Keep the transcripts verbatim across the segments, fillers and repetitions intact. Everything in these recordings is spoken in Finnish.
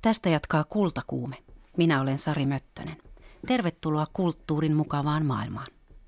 Tästä jatkaa Kultakuume. Minä olen Sari Möttönen. Tervetuloa kulttuurin mukavaan maailmaan.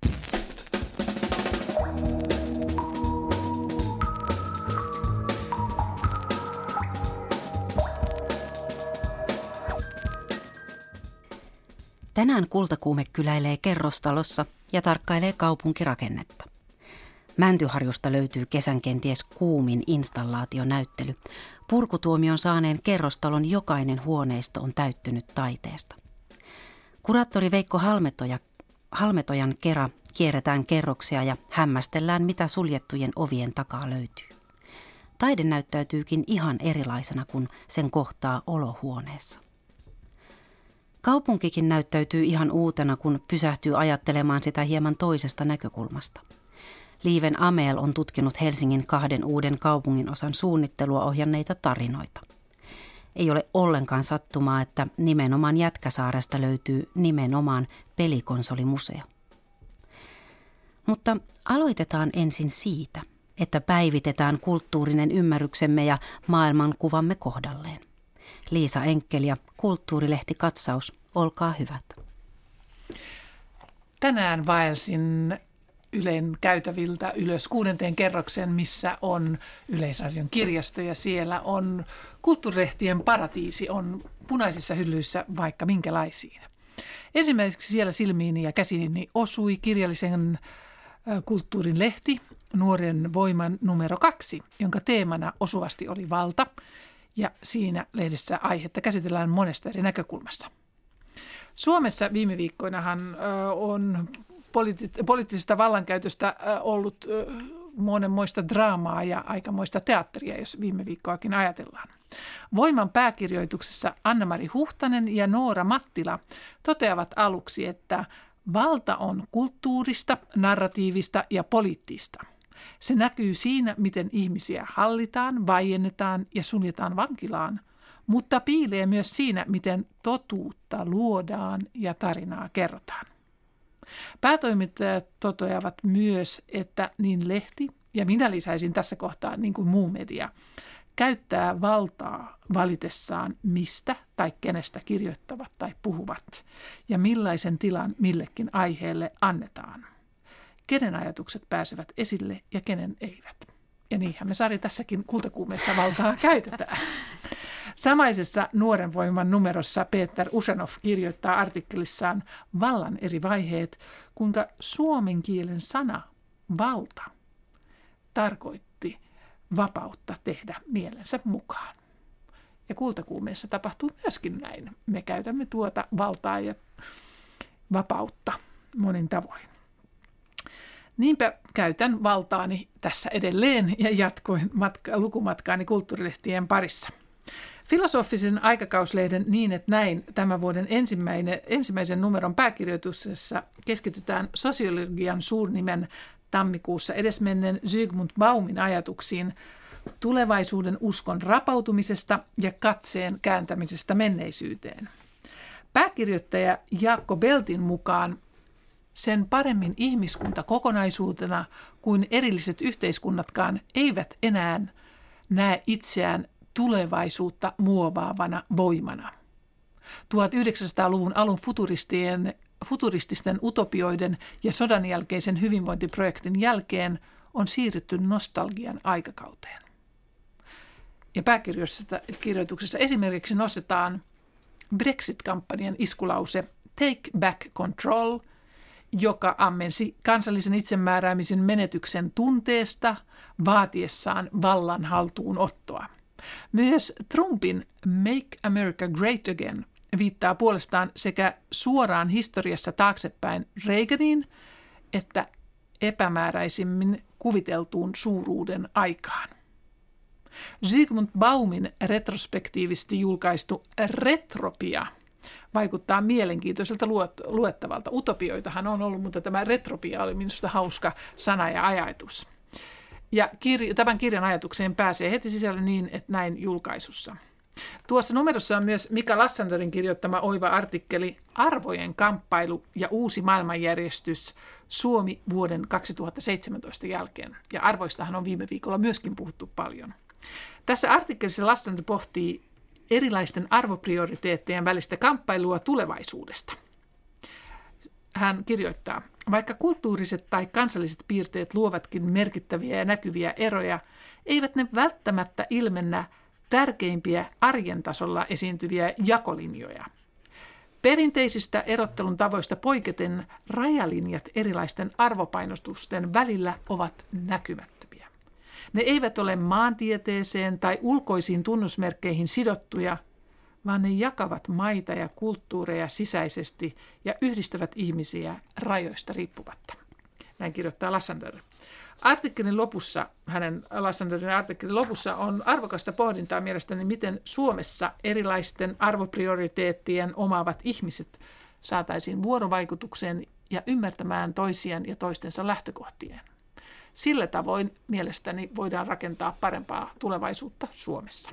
Tänään Kultakuume kyläilee kerrostalossa ja tarkkailee kaupunkirakennetta. Mäntyharjusta löytyy kesän kenties kuumin installaationäyttely. Purkutuomion saaneen kerrostalon jokainen huoneisto on täyttynyt taiteesta. Kuraattori Veikko Halmetoja, Halmetojan kera kierretään kerroksia ja hämmästellään, mitä suljettujen ovien takaa löytyy. Taide näyttäytyykin ihan erilaisena kuin sen kohtaa olohuoneessa. Kaupunkikin näyttäytyy ihan uutena, kun pysähtyy ajattelemaan sitä hieman toisesta näkökulmasta. Liiven Ameel on tutkinut Helsingin kahden uuden kaupunginosan suunnittelua ohjanneita tarinoita. Ei ole ollenkaan sattumaa, että nimenomaan Jätkäsaaresta löytyy nimenomaan pelikonsolimuseo. Mutta aloitetaan ensin siitä, että päivitetään kulttuurinen ymmärryksemme ja maailmankuvamme kohdalleen. Liisa Enkkeli ja Kulttuurilehti Katsaus, olkaa hyvät. Tänään vaelsin Ylen käytäviltä ylös kuudenteen kerroksen, missä on Yleisradion kirjasto ja siellä on Kulttuurilehtien paratiisi, on punaisissa hyllyissä vaikka minkälaisiin. Ensimmäiseksi siellä silmiini ja käsiini osui kirjallisen kulttuurin lehti, Nuoren voiman numero kaksi, jonka teemana osuvasti oli valta. Ja siinä lehdessä aihetta käsitellään monesta eri näkökulmasta. Suomessa viime viikkoinahan on poliitt- poliittisesta vallankäytöstä ollut monenmoista draamaa ja aikamoista teatteria, jos viime viikkoakin ajatellaan. Voiman pääkirjoituksessa Anna-Mari Huhtanen ja Noora Mattila toteavat aluksi, että valta on kulttuurista, narratiivista ja poliittista. Se näkyy siinä, miten ihmisiä hallitaan, vaiennetaan ja suljetaan vankilaan, mutta piilee myös siinä, miten totuutta luodaan ja tarinaa kerrotaan. Päätoimittajat toteavat myös, että niin lehti, ja minä lisäisin tässä kohtaa niin kuin muu media, käyttää valtaa valitessaan mistä tai kenestä kirjoittavat tai puhuvat, ja millaisen tilan millekin aiheelle annetaan. Kenen ajatukset pääsevät esille ja kenen eivät. Ja niinhän me Sari tässäkin Kultakuumeessa valtaa käytetään. Samaisessa Nuoren voiman numerossa Peter Usanov kirjoittaa artikkelissaan vallan eri vaiheet, kuinka suomen kielen sana valta tarkoitti vapautta tehdä mielensä mukaan. Ja Kultakuumeessa tapahtuu myöskin näin. Me käytämme tuota valtaa ja vapautta monin tavoin. Niinpä käytän valtaani tässä edelleen ja jatkoin matka- lukumatkaani kulttuurilehtien parissa. Filosofisen aikakauslehden Niin et näin tämän vuoden ensimmäinen, ensimmäisen numeron pääkirjoituksessa keskitytään sosiologian suurnimen tammikuussa edesmenneen Zygmunt Baumin ajatuksiin tulevaisuuden uskon rapautumisesta ja katseen kääntämisestä menneisyyteen. Pääkirjoittaja Jaakko Beltin mukaan sen paremmin ihmiskunta kokonaisuutena kuin erilliset yhteiskunnatkaan eivät enää näe itseään tulevaisuutta muovaavana voimana. tuhatyhdeksänsataaluvun alun futuristien, futurististen utopioiden ja sodan jälkeisen hyvinvointiprojektin jälkeen on siirrytty nostalgian aikakauteen. Ja pääkirjoituksessa esimerkiksi nostetaan Brexit-kampanjan iskulause Take Back Control, joka ammensi kansallisen itsemääräämisen menetyksen tunteesta vaatiessaan vallan haltuunottoa. Myös Trumpin Make America Great Again viittaa puolestaan sekä suoraan historiassa taaksepäin Reaganiin että epämääräisimmin kuviteltuun suuruuden aikaan. Zygmunt Baumin retrospektiivisesti julkaistu Retropia vaikuttaa mielenkiintoiselta luettavalta. Utopioitahan on ollut, mutta tämä retropia oli minusta hauska sana ja ajatus. Ja kirja, tämän kirjan ajatukseen pääsee heti sisälle niin, että näin julkaisussa. Tuossa numerossa on myös Mika Lassanderin kirjoittama oiva artikkeli Arvojen kamppailu ja uusi maailmanjärjestys Suomi vuoden kaksituhattaseitsemäntoista jälkeen. Ja arvoistahan on viime viikolla myöskin puhuttu paljon. Tässä artikkelissa Lassander pohtii erilaisten arvoprioriteettien välistä kamppailua tulevaisuudesta. Hän kirjoittaa, vaikka kulttuuriset tai kansalliset piirteet luovatkin merkittäviä ja näkyviä eroja, eivät ne välttämättä ilmennä tärkeimpiä arjen tasolla esiintyviä jakolinjoja. Perinteisistä erottelun tavoista poiketen rajalinjat erilaisten arvopainotusten välillä ovat näkymättömiä. Ne eivät ole maantieteeseen tai ulkoisiin tunnusmerkkeihin sidottuja, vaan ne jakavat maita ja kulttuureja sisäisesti ja yhdistävät ihmisiä rajoista riippumatta. Näin kirjoittaa Lassander. Artikkelin lopussa, hänen Lassanderin artikkelin lopussa on arvokasta pohdintaa mielestäni, miten Suomessa erilaisten arvoprioriteettien omaavat ihmiset saataisiin vuorovaikutukseen ja ymmärtämään toisien ja toistensa lähtökohtien. Sillä tavoin mielestäni voidaan rakentaa parempaa tulevaisuutta Suomessa.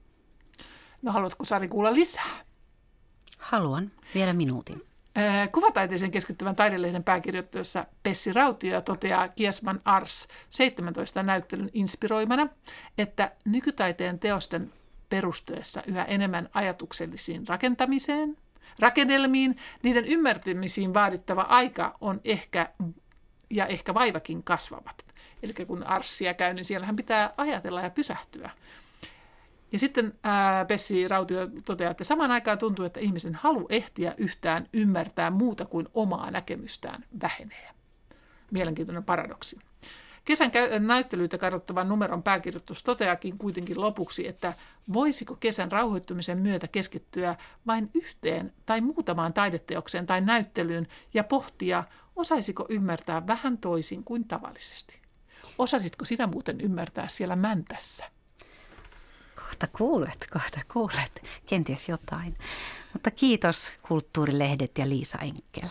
No, haluatko Sari kuulla lisää? Haluan. Vielä minuutin. Kuvataiteeseen keskittyvän taidelehden pääkirjoittajassa Pessi Rautio toteaa Kiesman Ars seitsemäntoista näyttelyn inspiroimana, että nykytaiteen teosten perusteessa yhä enemmän ajatuksellisiin rakentamiseen, rakennelmiin, niiden ymmärtämisiin vaadittava aika on ehkä ja ehkä vaivakin kasvavat. Eli kun Arssia käy, niin siellähän pitää ajatella ja pysähtyä. Ja sitten ää, Pessi Rautio toteaa, että samaan aikaan tuntuu, että ihmisen halu ehtiä yhtään ymmärtää muuta kuin omaa näkemystään vähenee. Mielenkiintoinen paradoksi. Kesän näyttelyitä kartoittavan numeron pääkirjoitus toteakin kuitenkin lopuksi, että voisiko kesän rauhoittumisen myötä keskittyä vain yhteen tai muutamaan taideteokseen tai näyttelyyn ja pohtia, osaisiko ymmärtää vähän toisin kuin tavallisesti. Osasitko sinä muuten ymmärtää siellä Mäntässä? Kohta kuulet, kohta kuulet. Kenties jotain. Mutta kiitos Kulttuurilehdet ja Liisa Enkel.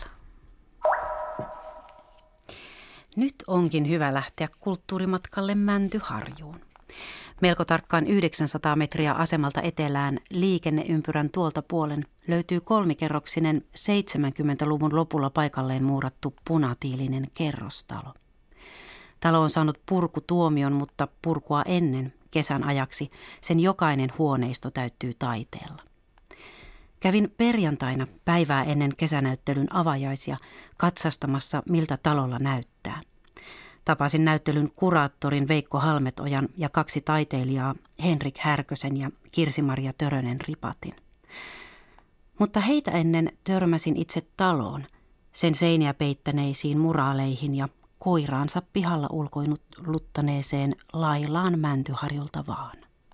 Nyt onkin hyvä lähteä kulttuurimatkalle Mäntyharjuun. Melko tarkkaan yhdeksänsataa metriä asemalta etelään liikenneympyrän tuolta puolen löytyy kolmikerroksinen seitsemänkymmentäluvun lopulla paikalleen muurattu punatiilinen kerrostalo. Talo on saanut purkutuomion, mutta purkua ennen kesän ajaksi sen jokainen huoneisto täyttyy taiteella. Kävin perjantaina päivää ennen kesänäyttelyn avajaisia katsastamassa, miltä talolla näyttää. Tapasin näyttelyn kuraattorin Veikko Halmetojan ja kaksi taiteilijaa, Henrik Härkösen ja Kirsi-Maria Törönen Ripatin. Mutta heitä ennen törmäsin itse taloon, sen seiniä peittäneisiin muraaleihin ja koiraansa pihalla ulkoiluttaneeseen Lailaan Mäntyharjulta vaan.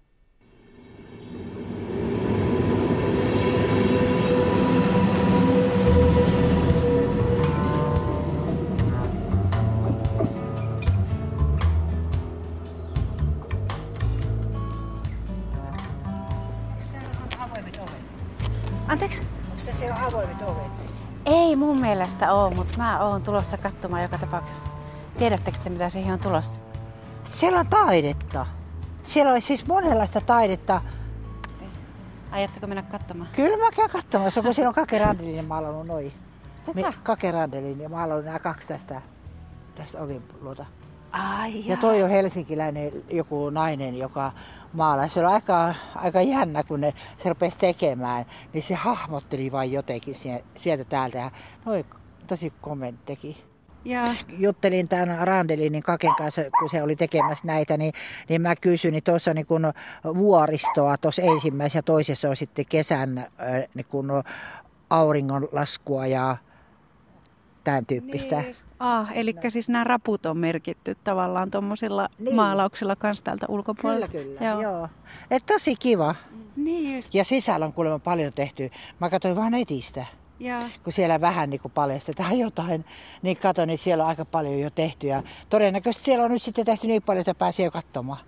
Anteeksi? Onko se on avoimet ovet? Ei mun mielestä ole, mutta mä oon tulossa katsomaan joka tapauksessa. Tiedättekö te, mitä siihen on tulossa? Siellä on taidetta. Siellä on siis monenlaista taidetta. Aiotteko mennä katsomaan? Kyllä mä käyn katsomassa, kun siellä on Kake Randelin maalannut noin. Kuka? Kake Randelin ja maalannut nämä kaksi tästä, tästä ovin luota. Ai ja toi on helsinkiläinen joku nainen, joka maalaa. Se on aika, aika jännä, kun ne se rupesi tekemään, niin se hahmotteli vain jotenkin sieltä täältä. Ja noi tosi kommentti teki. Ja. Juttelin tämän Randelinin Kaken kanssa, kun se oli tekemässä näitä, niin, niin mä kysyin, niin tuossa on niin kun vuoristoa, tuossa ensimmäisessä ja toisessa on sitten kesän niin kun auringonlaskua ja tämän tyyppistä. Niin ah, eli no. Siis nämä raput on merkitty tavallaan tuommoisilla niin. maalauksilla kanssa täältä ulkopuolelta. Kyllä, kyllä. Joo. Joo. Et tosi kiva. Niin just. Ja sisällä on kuulemma paljon tehty. Mä katsoin vaan netistä. Ja. Kun siellä vähän niin kuin paljastetaan jotain, niin katsoin, niin siellä on aika paljon jo tehty. Ja todennäköisesti siellä on nyt sitten tehty niin paljon, että pääsee jo katsomaan.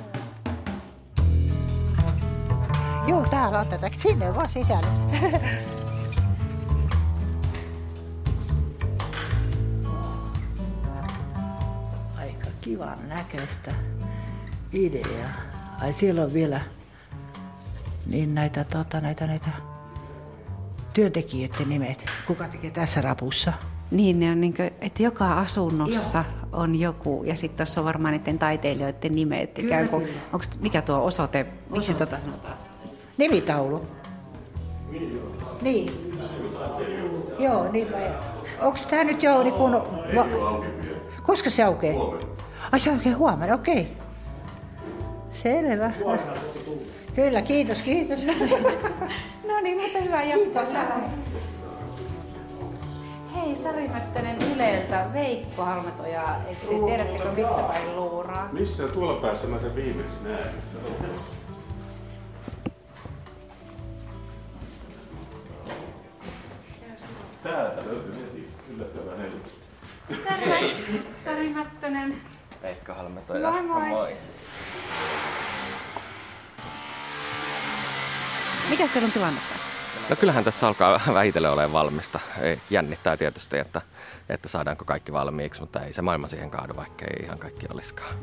Joo, täällä on tätä. Sinne vaan sisälle. Aika kivan näköistä idea. Ai siellä on vielä niin näitä, tota, näitä, näitä työntekijöiden nimet. Kuka tekee tässä rapussa? Niin, ne on niin kuin, että joka asunnossa Joo. on joku, ja sitten tuossa on varmaan niiden taiteilijoiden nimet. Kyllä, kuin, kyllä. Onko, mikä tuo osoite, miksi tota sanotaan? Nimitaulu. Niin. Joo, niin. Onko tämä nyt jo niin kun... Va... Koska se aukeaa? Ai se aukeaa huomenna, okei. Okay. Selvä. Kyllä, kiitos, kiitos. No niin, mutta hyvä jatkoa. Hei, Sari Möttönen Yleltä, Veikko Halmetoja etsii. Tiedättekö missä päin luuraa? Missä? Tuolla päässä mä sen viimeksi näen. Täältä löytyy heti yllättävän helposti. Terve, Sari Möttönen. Veikko Halmetoja. Moi moi. Moi. Mikäs teillä on tilannetta? No kyllähän tässä alkaa vähitellen olemaan valmista. Ei, jännittää tietysti, että, että saadaanko kaikki valmiiksi, mutta ei se maailma siihen kaadu, vaikka ei ihan kaikki olisikaan.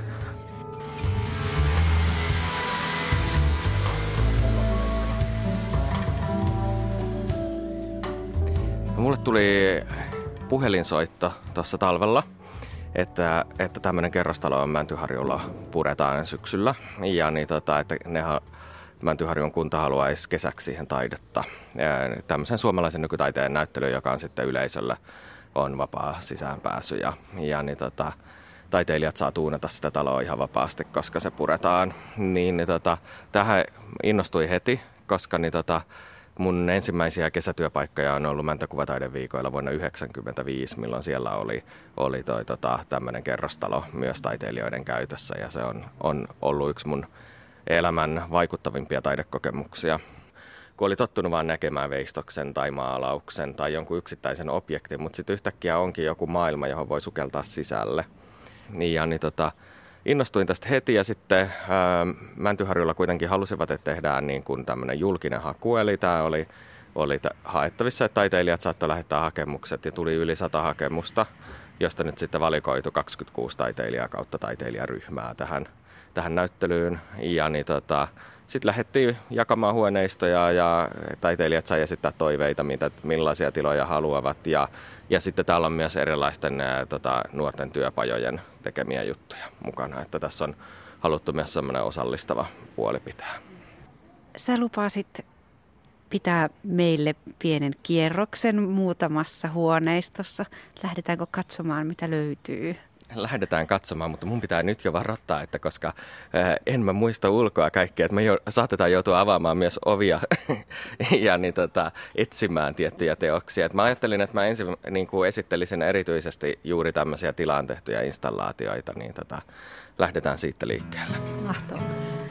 No, mulle tuli puhelinsoitto tuossa talvella, että, että tämmöinen kerrostalo on Mäntyharjulla puretaan syksyllä. Ja niin tota, että nehän Mäntyharjun kunta haluaisi kesäksi siihen taidetta. Ja tämmöisen suomalaisen nykytaiteen näyttely, joka on sitten yleisöllä, on vapaa sisäänpääsy. Ja, ja niin tota, taiteilijat saa tuunata sitä taloa ihan vapaasti, koska se puretaan. Niin, niin tota, tähän innostui heti, koska niin tota, mun ensimmäisiä kesätyöpaikkoja on ollut Mäntäkuvataideviikoilla vuonna yhdeksänkymmentäviisi, milloin siellä oli, oli toi, tota, tämmöinen kerrostalo myös taiteilijoiden käytössä. Ja se on, on ollut yksi mun elämän vaikuttavimpia taidekokemuksia. Kun oli tottunut vaan näkemään veistoksen tai maalauksen tai jonkun yksittäisen objektin, mutta sitten yhtäkkiä onkin joku maailma, johon voi sukeltaa sisälle. Niin, ja niin tota, innostuin tästä heti ja sitten ää, Mäntyharjulla kuitenkin halusivat, että tehdään niin kuin tämmöinen julkinen haku. Eli tämä oli, oli t- haettavissa, että taiteilijat saattoi lähettää hakemukset ja tuli yli sata hakemusta, josta nyt sitten valikoitu kaksikymmentäkuusi taiteilijaa kautta taiteilijaryhmää tähän tähän näyttelyyn. Ja niin tota, sitten lähdettiin jakamaan huoneistoja ja taiteilijat sai esittää toiveita, mitä, millaisia tiloja haluavat. Ja, ja sitten täällä on myös erilaisten ää, tota, nuorten työpajojen tekemiä juttuja mukana. Että tässä on haluttu myös semmoinen osallistava puoli pitää. Sä lupasit pitää meille pienen kierroksen muutamassa huoneistossa. Lähdetäänkö katsomaan, mitä löytyy? Lähdetään katsomaan, mutta mun pitää nyt jo varoittaa, että koska ää, en mä muista ulkoa kaikkea, että me jo, saatetaan joutua avaamaan myös ovia ja niin, tota, etsimään tiettyjä teoksia. Et mä ajattelin, että mä ensin niin kuin esittelisin erityisesti juuri tämmöisiä tilaan tehtyjä installaatioita, niin tota, lähdetään siitä liikkeelle. Mahtavaa.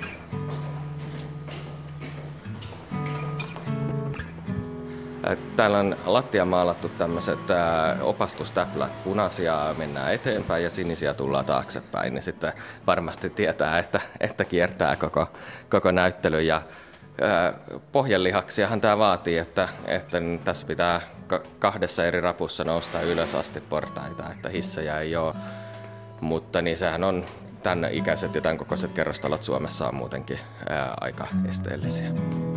Täällä on lattia maalattu tämmöiset opastustäplät, punaisia mennään eteenpäin ja sinisiä tullaan taaksepäin, niin sitten varmasti tietää, että, että kiertää koko, koko näyttely. Ja ää, pohjelihaksiahan tämä vaatii, että, että tässä pitää kahdessa eri rapussa nousta ylös asti portaita, että hissejä ei ole, mutta niin sehän on tämän ikäiset ja tämän kokoiset kerrostalot Suomessa on muutenkin ää, aika esteellisiä.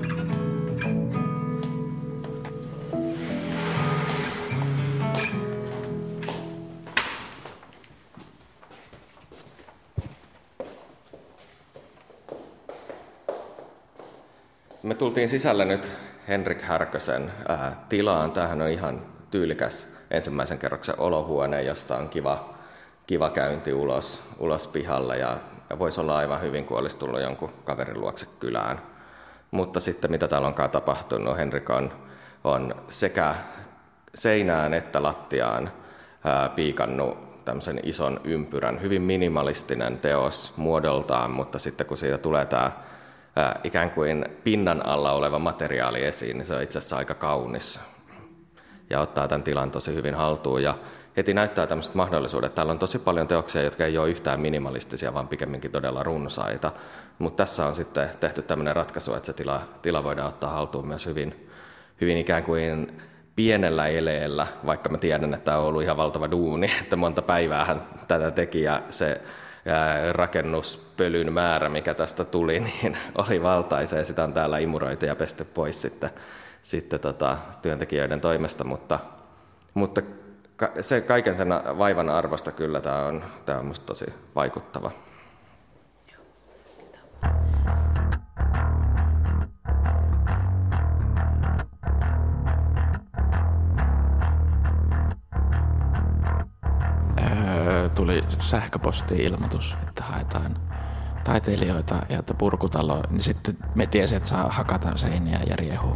Me tultiin sisälle nyt Henrik Härkösen ää, tilaan. Tämähän on ihan tyylikäs ensimmäisen kerroksen olohuone, josta on kiva, kiva käynti ulos, ulos pihalle. Ja, ja voisi olla aivan hyvin, kun olisi tullut jonkun kaverin luokse kylään. Mutta sitten mitä täällä onkaan tapahtunut, Henrik on, on sekä seinään että lattiaan ää, piikannut tämmöisen ison ympyrän. Hyvin minimalistinen teos muodoltaan, mutta sitten kun siitä tulee tämä Ää, ikään kuin pinnan alla oleva materiaali esiin, niin se on itse asiassa aika kaunis ja ottaa tämän tilan tosi hyvin haltuun ja heti näyttää tämmöiset mahdollisuudet. Täällä on tosi paljon teoksia, jotka ei ole yhtään minimalistisia, vaan pikemminkin todella runsaita, mutta tässä on sitten tehty tämmöinen ratkaisu, että se tila, tila voidaan ottaa haltuun myös hyvin, hyvin ikään kuin pienellä eleellä, vaikka mä tiedän, että tämä on ollut ihan valtava duuni, että monta päivää hän tätä teki ja se rakennuspölyn määrä, mikä tästä tuli, niin oli valtaisa ja sitä on täällä imuroitu ja pesty pois sitten, sitten tota, työntekijöiden toimesta, mutta, mutta se kaiken sen vaivan arvosta kyllä tämä on, tämä on musta tosi vaikuttava. sähköposti-ilmoitus, että haetaan taiteilijoita ja että purkutalo, niin sitten me tiesin, että saa hakata seiniä ja riehua.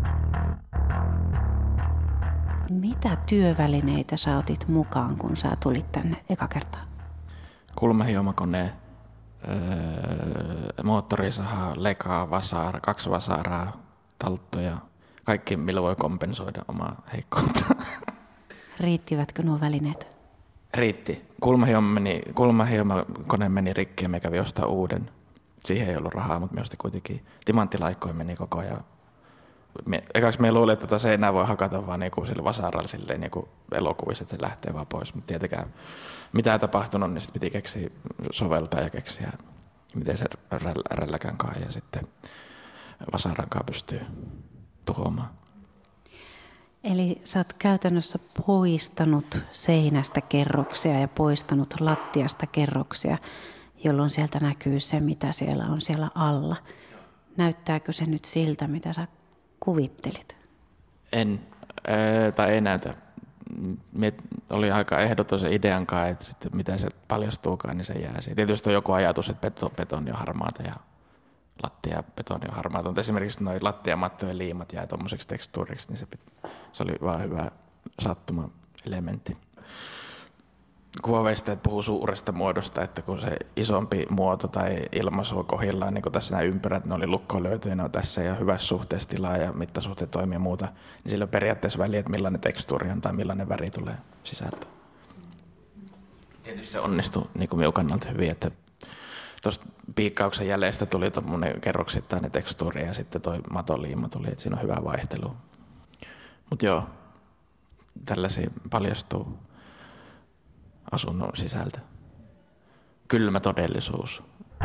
Mitä työvälineitä sä otit mukaan, kun sä tulit tänne eka kertaa? Kulmahiomakone, öö, moottorisaha, lekaa, vasara, kaksi vasaraa, talttoja. Kaikki, millä voi kompensoida omaa heikkoutta. Riittivätkö nuo välineet? Riitti. Kulmahioma meni, kulmahiomakone meni rikki ja me kävi ostaa uuden. Siihen ei ollut rahaa, mutta myös kuitenkin timanttilaikkoja meni koko ajan. Me, ekaksi me luulin, että tota seinää voi hakata vaan niinku sillä vasaralla silleen niinku elokuvissa, että se lähtee vaan pois. Mutta tietenkään mitä ei tapahtunut, niin sitten piti keksiä soveltaa ja keksiä, miten se rälläkänkaan ja sitten vasarankaan pystyy tuhoamaan. Eli sä oot käytännössä poistanut seinästä kerroksia ja poistanut lattiasta kerroksia, jolloin sieltä näkyy se, mitä siellä on siellä alla. Näyttääkö se nyt siltä, mitä sä kuvittelit? En, ää, tai ei näytä. Miet, oli aika ehdoton se ideankaan, että sitten mitä se paljastuukaan, niin se jää siihen. Tietysti on joku ajatus, että beton, betoni on harmaata ja lattia betoni on harmaata. Mutta esimerkiksi nuo lattiamattojen liimat jää tuommoiseksi tekstuuriksi, niin se, se oli vaan hyvä sattuma-elementti. Kuvaveisteet puhuu suuresta muodosta, että kun se isompi muoto tai ilmaisu on kohdillaan, niin kuin tässä nämä ympyrät, ne oli lukkoon löytyy, ne on tässä ja hyvässä suhteessa tilaa ja mittasuhteet toimii ja muuta, niin sillä on periaatteessa väliä, että millainen tekstuuri on tai millainen väri tulee sisältöön. Tietysti se onnistui niin kuin minun kannalta hyvin, että tuosta piikkauksen jäljestä tuli tuommoinen kerroksittainen tekstuuri ja sitten toi matoliima tuli, että siinä on hyvä vaihtelu. Mutta joo, tällaisia paljastuu asunnon sisältö. Kylmä todellisuus.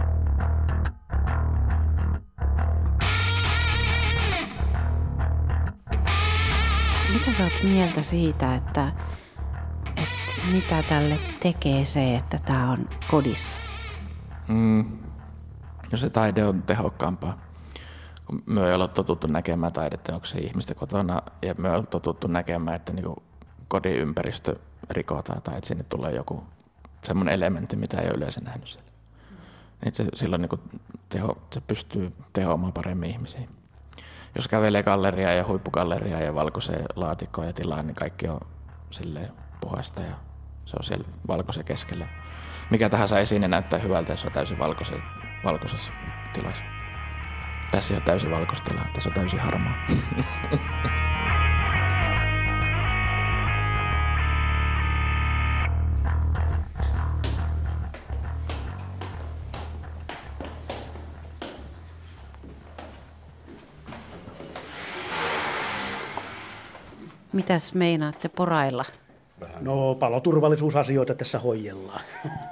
Mitä sä oot mieltä siitä, että, että mitä tälle tekee se, että tää on kodissa? Mm. No se taide on tehokkaampaa. Kun me ei ole totuttu näkemään taideteoksia ihmisten kotona ja me ei ole totuttu näkemään, että niinku kodin ympäristö rikotaan tai että sinne tulee joku semmoinen elementti, mitä ei ole yleensä nähnyt siellä. Niin se, silloin niinku teho, se pystyy tehoamaan paremmin ihmisiä. Jos kävelee galleriaa ja huippugalleriaa ja valkoiseen laatikkoon ja tilaan, niin kaikki on silleen puhasta ja se on siellä valkoisen keskellä. Mikä tahansa esine näyttää hyvältä, jos on täysin valkoisessa tilassa. Tässä ei ole täysin valkoista tilaa, tässä on täysin harmaa. Mitäs meinaatte porailla? No paloturvallisuusasioita tässä hoidellaan.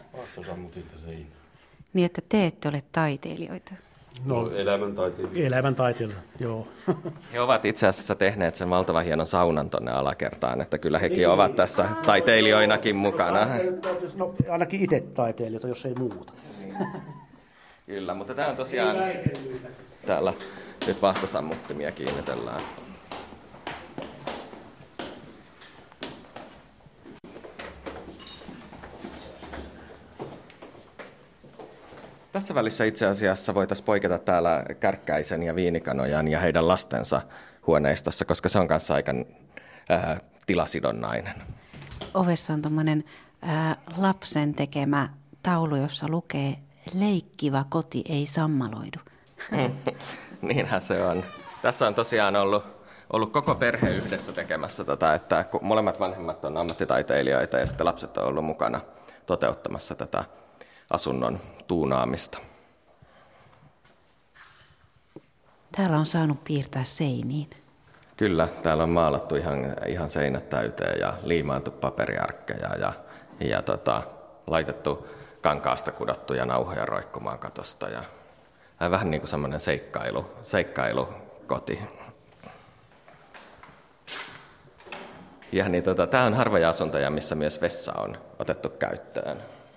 Niin, että te ette ole taiteilijoita. No, elämäntaiteilijoita. Elämäntaiteilijoita, joo. He ovat itse asiassa tehneet sen valtavan hienon saunan tonne alakertaan, että kyllä hekin niin, ovat tässä taiteilijoinakin mukana. No, ainakin itse taiteilijoita, jos ei muuta. Kyllä, mutta tämä on tosiaan, täällä nyt vahtosammuttimia kiinnitellään. Tässä välissä itse asiassa voitaisiin poiketa täällä Kärkkäisen ja Viinikanojan ja heidän lastensa huoneistossa, koska se on kanssa aika ää, tilasidonnainen. Ovessa on tuommoinen lapsen tekemä taulu, jossa lukee "Leikkivä koti ei sammaloidu". Niinhän se on. Tässä on tosiaan ollut, ollut koko perhe yhdessä tekemässä tätä, että molemmat vanhemmat on ammattitaiteilijoita ja sitten lapset on ollut mukana toteuttamassa tätä asunnon tuunaamista. Täällä on saanut piirtää seiniin. Kyllä, täällä on maalattu ihan, ihan seinät täyteen ja liimailtu paperiarkkeja ja, ja tota, laitettu kankaasta kudottuja nauhoja roikkumaan katosta. Ja, vähän niin kuin semmoinen seikkailu, seikkailukoti. Ja niin tota, tämä on harvoja asuntoja, missä myös vessa on otettu käyttöön.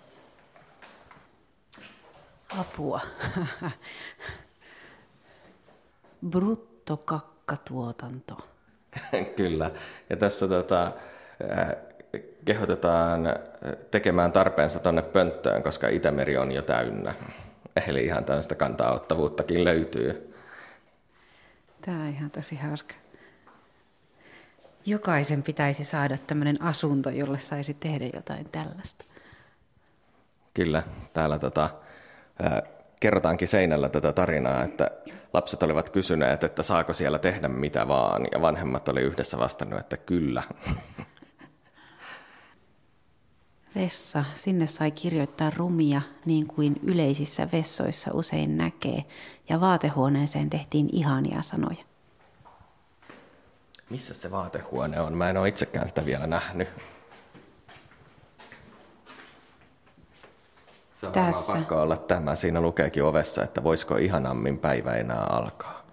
Apua. Bruttokakkatuotanto. Kyllä. Ja tässä tota, kehotetaan tekemään tarpeensa tuonne pönttöön, koska Itämeri on jo täynnä. Eli ihan tällaista kanta-ottavuuttakin löytyy. Tämä on ihan tosi hauska. Jokaisen pitäisi saada tämmöinen asunto, jolle saisi tehdä jotain tällaista. Kyllä, täällä tota, äh, kerrotaankin seinällä tätä tarinaa, että lapset olivat kysyneet, että saako siellä tehdä mitä vaan, ja vanhemmat oli yhdessä vastannut, että kyllä. Vessa, sinne sai kirjoittaa rumia niin kuin yleisissä vessoissa usein näkee, ja vaatehuoneeseen tehtiin ihania sanoja. Missä se vaatehuone on? Mä en ole itsekään sitä vielä nähnyt. Se on Tässä. pakko olla tämä. Siinä lukeekin ovessa, että voisiko ihanammin päivä enää alkaa.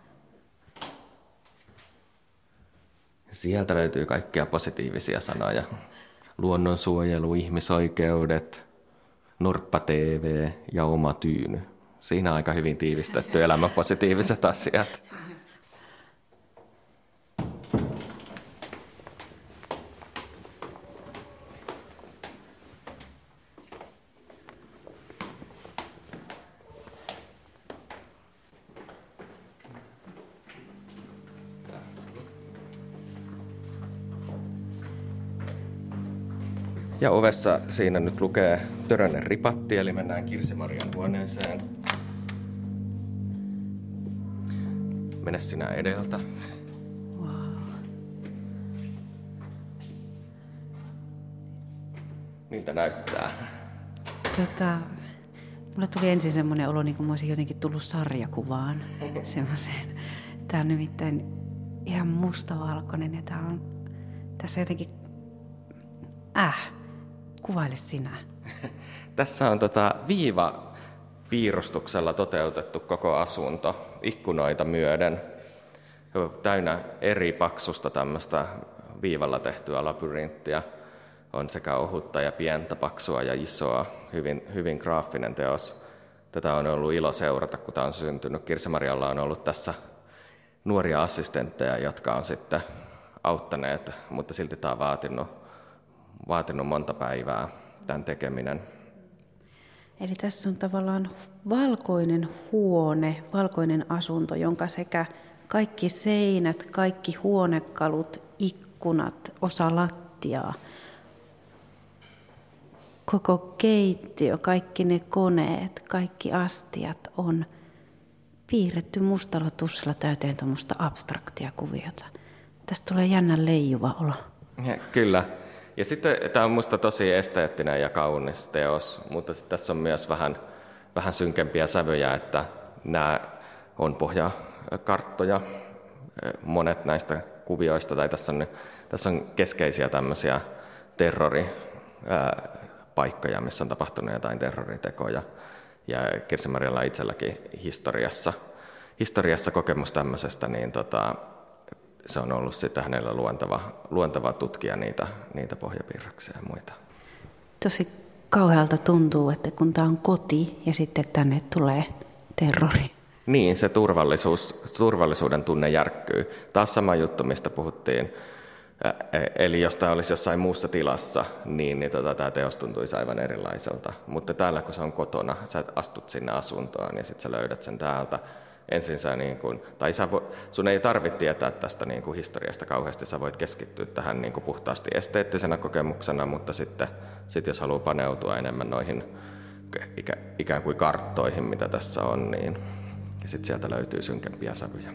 Sieltä löytyy kaikkia positiivisia sanoja. Luonnonsuojelu, ihmisoikeudet, Norppa-T V ja oma tyyny. Siinä on aika hyvin tiivistetty elämän positiiviset asiat. Ja ovessa siinä nyt lukee Törönen ripatti, eli mennään Kirsi-Marian huoneeseen. Mene sinä edeltä. Wow. Miltä näyttää? Tota, mulle tuli ensin semmoinen olo, niin kuin mä olisin jotenkin tullut sarjakuvaan. Semmoiseen. Tää on nimittäin ihan mustavalkoinen ja tää on tässä jotenkin... Äh, kuvaile sinä. Tässä on tota viiva piirustuksella toteutettu koko asunto, ikkunoita myöden. Täynnä eri paksusta tämmöistä viivalla tehtyä labyrinttiä. On sekä ohutta ja pientä, paksua ja isoa. Hyvin, hyvin graafinen teos. Tätä on ollut ilo seurata, kun tämä on syntynyt. Kirsi-Marialla on ollut tässä nuoria assistentteja, jotka on sitten auttaneet, mutta silti tämä on vaatinut, vaatinut monta päivää tämän tekeminen. Eli tässä on tavallaan valkoinen huone, valkoinen asunto, jonka sekä kaikki seinät, kaikki huonekalut, ikkunat, osa lattiaa, koko keittiö, kaikki ne koneet, kaikki astiat on piirretty mustalla tussilla täyteen tuommoista abstraktia kuviota. Tästä tulee jännän leijuva olo. Ja, kyllä. Ja sitten tämä on minusta tosi esteettinen ja kaunis teos, mutta tässä on myös vähän, vähän synkempiä sävyjä, että nämä on pohjakarttoja, monet näistä kuvioista, tai tässä on, tässä on keskeisiä tämmöisiä terroripaikkoja, missä on tapahtunut jotain terroritekoja. Ja Kirsi-Marialla itselläkin historiassa, historiassa kokemus tämmöisestä, niin tota, se on ollut sitten hänellä luonteva, luonteva tutkia niitä, niitä pohjapiirroksia ja muita. Tosi kauhealta tuntuu, että kun tämä on koti ja sitten tänne tulee terrori. Niin, se turvallisuus, turvallisuuden tunne järkkyy. Taas sama juttu, mistä puhuttiin. Eli jos tämä olisi jossain muussa tilassa, niin, niin tota, tämä teos tuntuisi aivan erilaiselta. Mutta täällä, kun se on kotona, sä astut sinne asuntoon ja sitten sä löydät sen täältä. Ensin sä niin kuin, tai sä vo, sun ei tarvitse tietää tästä niin kuin historiasta kauheasti, sä voit keskittyä tähän niin kuin puhtaasti esteettisenä kokemuksena, mutta sitten sit jos haluaa paneutua enemmän noihin ikä, ikään kuin karttoihin, mitä tässä on, niin ja sitten sieltä löytyy synkempiä sävyjä.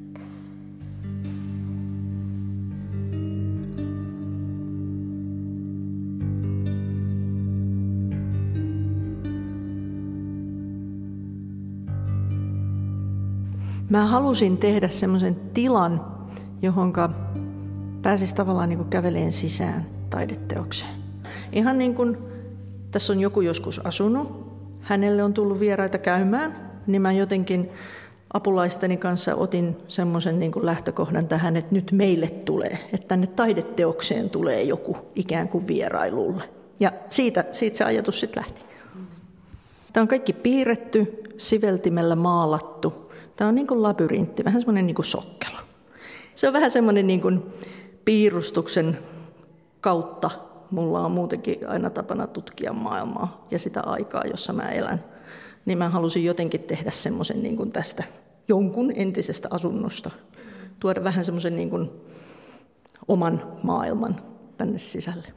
Mä halusin tehdä semmoisen tilan, johonka pääsisi tavallaan niin kuin käveleen sisään taideteokseen. Ihan niin kuin tässä on joku joskus asunut, hänelle on tullut vieraita käymään, niin mä jotenkin apulaisteni kanssa otin semmoisen niin kuin lähtökohdan tähän, että nyt meille tulee, että tänne taideteokseen tulee joku ikään kuin vierailulle. Ja siitä, siitä se ajatus sitten lähti. Tämä on kaikki piirretty, siveltimellä maalattu. Tämä on niin kuin labyrintti, vähän semmoinen niin kuin sokkelo. Se on vähän semmoinen niin kuin piirustuksen kautta mulla on muutenkin aina tapana tutkia maailmaa ja sitä aikaa, jossa mä elän, niin mä halusin jotenkin tehdä semmoisen niin kuin tästä jonkun entisestä asunnosta, tuoda vähän semmoisen niin kuin oman maailman tänne sisälle.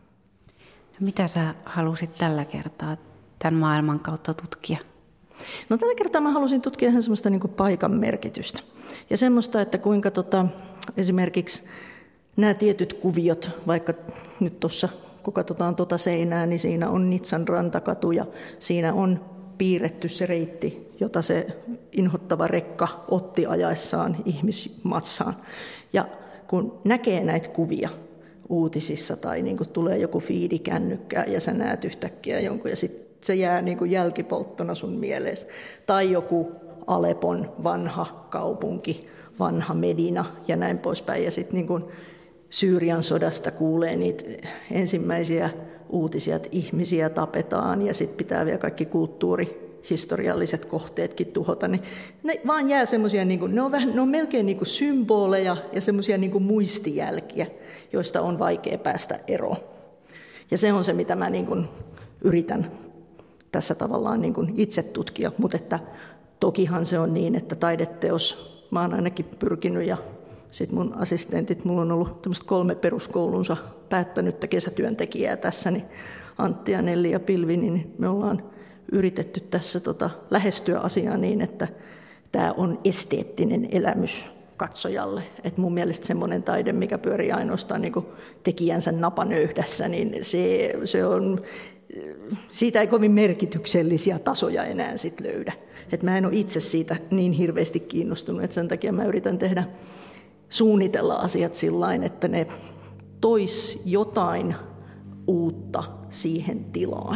Mitä sä halusit tällä kertaa tämän maailman kautta tutkia? No tällä kertaa mä halusin tutkia ihan semmoista niin kuin paikan merkitystä. Ja semmoista, että kuinka tota, esimerkiksi nämä tietyt kuviot, vaikka nyt tuossa kun katsotaan tuota seinää, niin siinä on Nitsan rantakatu ja siinä on piirretty se reitti, jota se inhottava rekka otti ajaessaan ihmismassaan. Ja kun näkee näitä kuvia uutisissa tai niin kuin tulee joku fiidi kännykkää ja sä näet yhtäkkiä jonkun ja sitten se jää niin kuin jälkipolttona sun mieleesi. Tai joku Alepon vanha kaupunki, vanha Medina ja näin poispäin. Ja sitten niin kuin Syyrian sodasta kuulee niitä ensimmäisiä uutisia, että ihmisiä tapetaan ja sitten pitää vielä kaikki kulttuurihistorialliset kohteetkin tuhota. Niin ne vaan jää semmoisia, niin kuin, ne on, vähän, ne on melkein niin kuin symboleja ja semmoisia niin kuin muistijälkiä, joista on vaikea päästä eroon. Ja se on se, mitä mä niin kuin yritän tässä tavallaan niin kuin itse tutkia, mutta että tokihan se on niin, että taideteos, mä oon ainakin pyrkinyt ja sitten mun assistentit, mulla on ollut tämmöistä kolme peruskoulunsa päättänyttä kesätyöntekijää tässä, niin Antti ja Nelli ja Pilvi, niin me ollaan yritetty tässä tota, lähestyä asiaa niin, että tämä on esteettinen elämys katsojalle. Et mun mielestä semmoinen taide, mikä pyörii ainoastaan niin kuin tekijänsä napanöydässä, niin se, se on, siitä ei kovin merkityksellisiä tasoja enää sit löydä. Et mä en ole itse siitä niin hirveästi kiinnostunut, että sen takia mä yritän tehdä suunnitella asiat sillain, että ne tois jotain uutta siihen tilaan.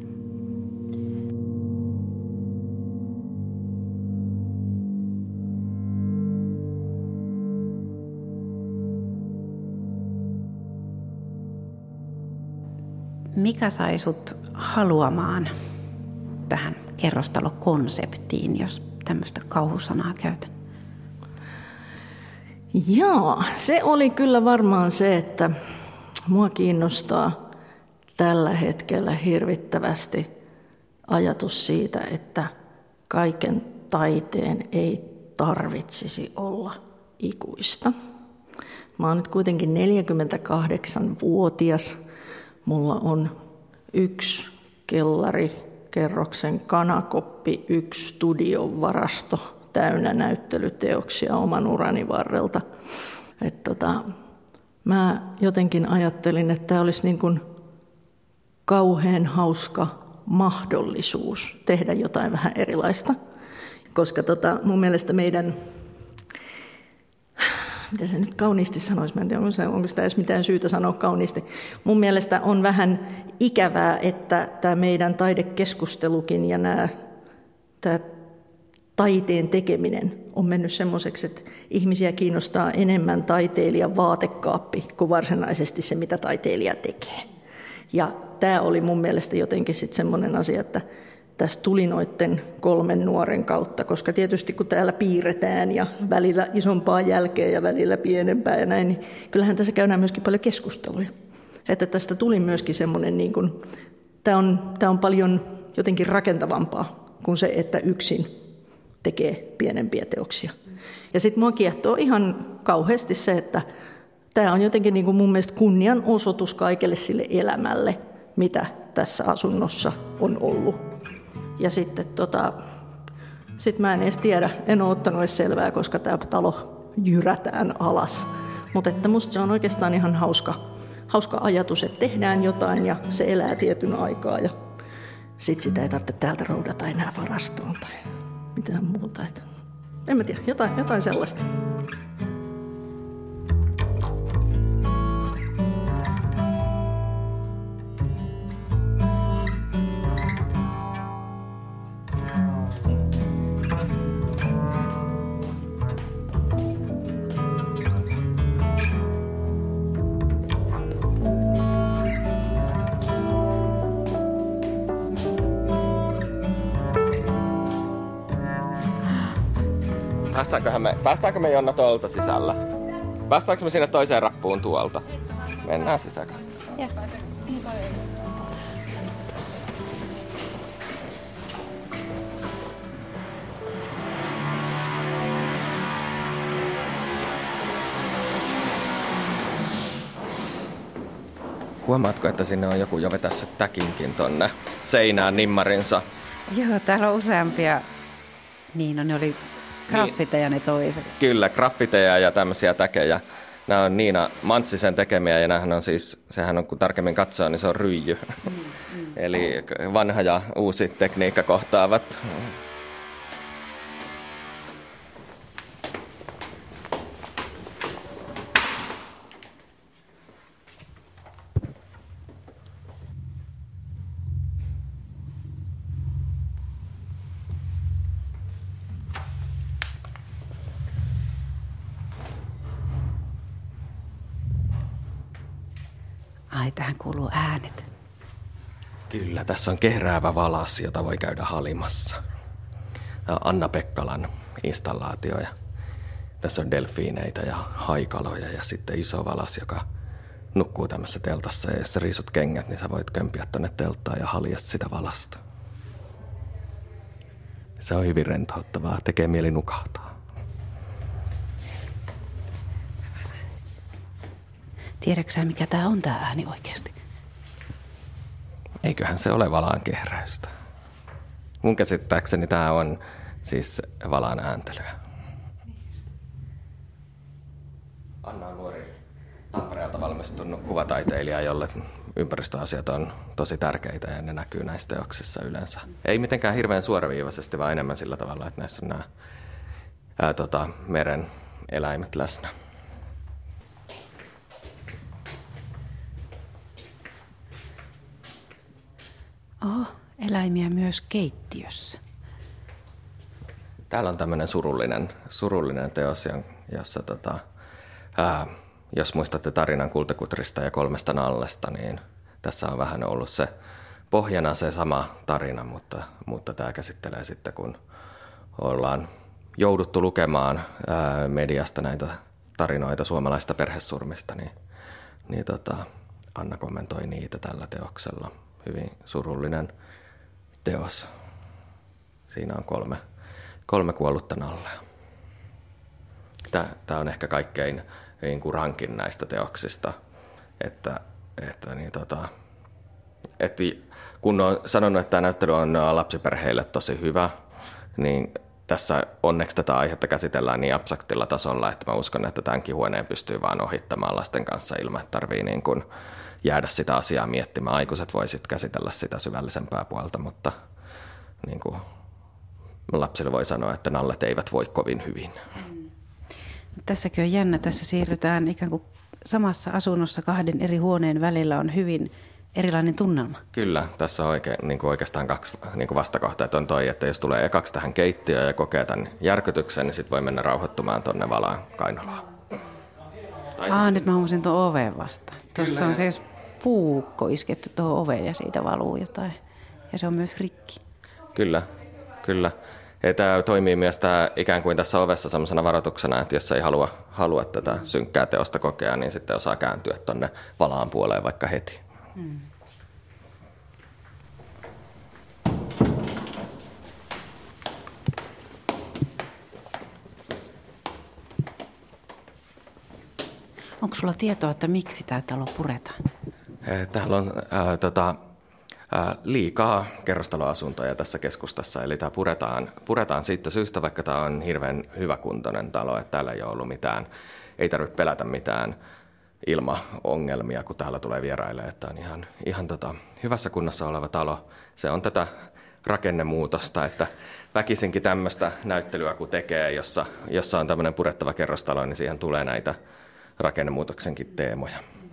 Mikä sai sut haluamaan tähän kerrostalokonseptiin, jos tämmöistä kauhusanaa käytän? Joo, se oli kyllä varmaan se, että mua kiinnostaa tällä hetkellä hirvittävästi ajatus siitä, että kaiken taiteen ei tarvitsisi olla ikuista. Mä oon nyt kuitenkin neljäkymmentäkahdeksanvuotias. Mulla on yksi kellarikerroksen kanakoppi, yksi studiovarasto täynnä näyttelyteoksia oman urani varrelta. Et tota, mä jotenkin ajattelin, että tämä olisi niin kuin kauhean hauska mahdollisuus tehdä jotain vähän erilaista. Koska tota, mun mielestä meidän, mitä se nyt kauniisti sanoisi, mä en tiedä, onko sitä edes mitään syytä sanoa kauniisti. Mun mielestä on vähän ikävää, että tämä meidän taidekeskustelukin ja nämä, tämä taiteen tekeminen on mennyt semmoiseksi, että ihmisiä kiinnostaa enemmän taiteilijan vaatekaappi kuin varsinaisesti se, mitä taiteilija tekee. Ja tämä oli mun mielestä jotenkin sitten semmoinen asia, että tässä tuli noiden kolmen nuoren kautta, koska tietysti kun täällä piirretään ja välillä isompaa jälkeä ja välillä pienempää ja näin, niin kyllähän tässä käydään myöskin paljon keskusteluja. Että tästä tuli myöskin semmoinen, niin kuin, tämä on, tämä on paljon jotenkin rakentavampaa kuin se, että yksin tekee pienempiä teoksia. Ja sitten mua kiehtoo ihan kauheasti se, että tämä on jotenkin niin kuin mun mielestä kunnianosoitus kaikelle sille elämälle, mitä tässä asunnossa on ollut. Ja sitten tota, sit mä en edes tiedä, en ole ottanut edes selvää, koska tämä talo jyrätään alas. Mutta että musta se on oikeastaan ihan hauska, hauska ajatus, että tehdään jotain ja se elää tietyn aikaa. Ja sitten sitä ei tarvitse täältä roudata enää varastoon tai mitään muuta. Et en mä tiedä, jotain, jotain sellaista. Päästäänköhän me, päästäänkö me Jonna tuolta sisällä? Päästäänkö me sinne toiseen rappuun tuolta? Mennään sisään. Ja. Huomaatko, että sinne on joku jo vetässyt täkinkin tonne seinään nimmarinsa? Joo, täällä on useampia. Niin, no ne oli graffiteja ne toiset. Kyllä, graffiteja ja tämmöisiä täkejä. Nämä on Niina Mantsisen tekemiä ja nämähän on siis, sehän on kun tarkemmin katsoo, niin se on ryijy. Mm, mm. Eli vanha ja uusi tekniikka kohtaavat. Ai, tähän kuuluu äänet. Kyllä, tässä on kehräävä valas, jota voi käydä halimassa. Tämä on Anna Pekkalan installaatio. Ja tässä on delfiineitä ja haikaloja ja sitten iso valas, joka nukkuu tämmöisessä teltassa. Ja jos sä riisut kengät, niin sä voit kömpiä tonne telttaan ja halia sitä valasta. Se on hyvin rentouttavaa, tekee mieli nukahtaa. Tiedätkö sä, mikä tää on tää ääni oikeasti? Eiköhän se ole valaan kehräystä. Mun käsittääkseni tää on siis valaan ääntelyä. Anna on nuori Tampereelta valmistunut kuvataiteilija, jolle ympäristöasiat on tosi tärkeitä ja ne näkyy näissä teoksissa yleensä. Ei mitenkään hirveän suoraviivaisesti, vaan enemmän sillä tavalla, että näissä on nämä ää, tota, meren eläimet läsnä. Oho, eläimiä myös keittiössä. Täällä on tämmöinen surullinen, surullinen teos, jossa tota, ää, jos muistatte tarinan Kultakutrista ja kolmesta nallesta, niin tässä on vähän ollut se pohjana se sama tarina, mutta, mutta tämä käsittelee sitten, kun ollaan jouduttu lukemaan ää, mediasta näitä tarinoita suomalaista perhesurmista, niin, niin tota, Anna kommentoi niitä tällä teoksella. Hyvin surullinen teos. Siinä on kolme, kolme kuollutta nallea. Tämä on ehkä kaikkein niin kuin rankin näistä teoksista. Että, että, niin tota, että kun olen sanonut, että tämä näyttely on lapsiperheille tosi hyvä, niin tässä onneksi tätä aihetta käsitellään niin abstraktilla tasolla, että mä uskon, että tämänkin huoneen pystyy vaan ohittamaan lasten kanssa ilman, että tarvii niin kuin jäädä sitä asiaa miettimään. Aikuiset voisit käsitellä sitä syvällisempää puolta, mutta niin kuin lapsille voi sanoa, että nallet eivät voi kovin hyvin. Mm. Tässäkin on jännä. Tässä siirrytään ikään kuin samassa asunnossa kahden eri huoneen välillä on hyvin erilainen tunnelma. Kyllä, tässä on oikein, niin kuin oikeastaan kaksi niin kuin vastakohtaa. Että on toi, että jos tulee ekaksi tähän keittiöön ja kokee tämän järkytyksen, niin sitten voi mennä rauhoittumaan tuonne Valaan Kainolaan. Aa, nyt mä huomasin tuon oven vastaan. Tuossa on siis puukko isketty tuohon oveen ja siitä valuu jotain. Ja se on myös rikki. Kyllä, kyllä. Ja tämä toimii myös tämä ikään kuin tässä ovessa sellaisena varoituksena, että jos ei halua, halua tätä synkkää teosta kokea, niin sitten osaa kääntyä tuonne Valaan puoleen vaikka heti. Hmm. Onko sulla tietoa, että miksi tämä talo puretaan? Täällä on ää, tota, ää, liikaa kerrostaloasuntoja tässä keskustassa, eli tämä puretaan, puretaan siitä syystä, vaikka tämä on hirveän hyväkuntoinen talo, että täällä ei ole ollut mitään, ei tarvitse pelätä mitään ilmaongelmia, kun täällä tulee vieraille, että on ihan, ihan tota, hyvässä kunnossa oleva talo. Se on tätä rakennemuutosta, että väkisinkin tämmöistä näyttelyä kun tekee, jossa, jossa on tämmöinen purettava kerrostalo, niin siihen tulee näitä rakennemuutoksenkin teemoja.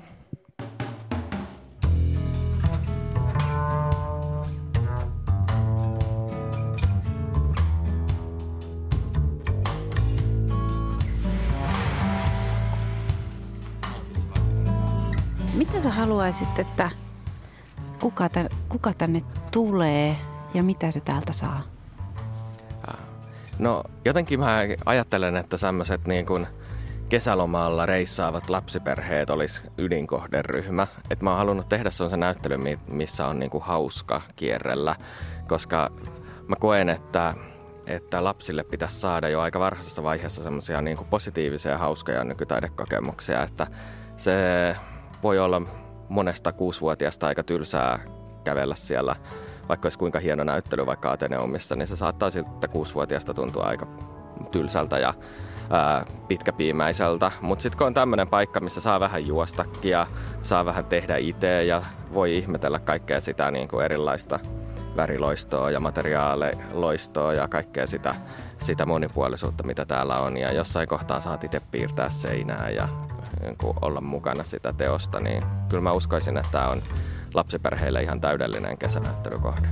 Mitä sä haluaisit, että kuka, tämän, kuka tänne tulee ja mitä se täältä saa? No jotenkin mä ajattelen, että semmoiset niin kuin kesälomalla reissaavat lapsiperheet olisi ydinkohderyhmä. Et mä oon halunnut tehdä sellaisen näyttelyn, missä on niinku hauska kierrellä, koska mä koen, että, että lapsille pitäisi saada jo aika varhaisessa vaiheessa semmoisia niinku positiivisia ja hauskoja nykytaidekokemuksia, että se voi olla monesta kuusivuotiaasta aika tylsää kävellä siellä, vaikka olisi kuinka hieno näyttely vaikka Ateneumissa, niin se saattaa siltä kuusivuotiaasta tuntua aika tylsältä ja ää, pitkäpiimäiseltä. Mutta sitten kun on tämmöinen paikka, missä saa vähän juostakin ja saa vähän tehdä itse ja voi ihmetellä kaikkea sitä niin kuin erilaista väriloistoa ja materiaaliloistoa ja kaikkea sitä, sitä monipuolisuutta, mitä täällä on. Ja jossain kohtaa saat itse piirtää seinää ja niin kuin olla mukana sitä teosta, niin kyllä mä uskoisin, että tämä on lapsiperheille ihan täydellinen kesänäyttelykohde.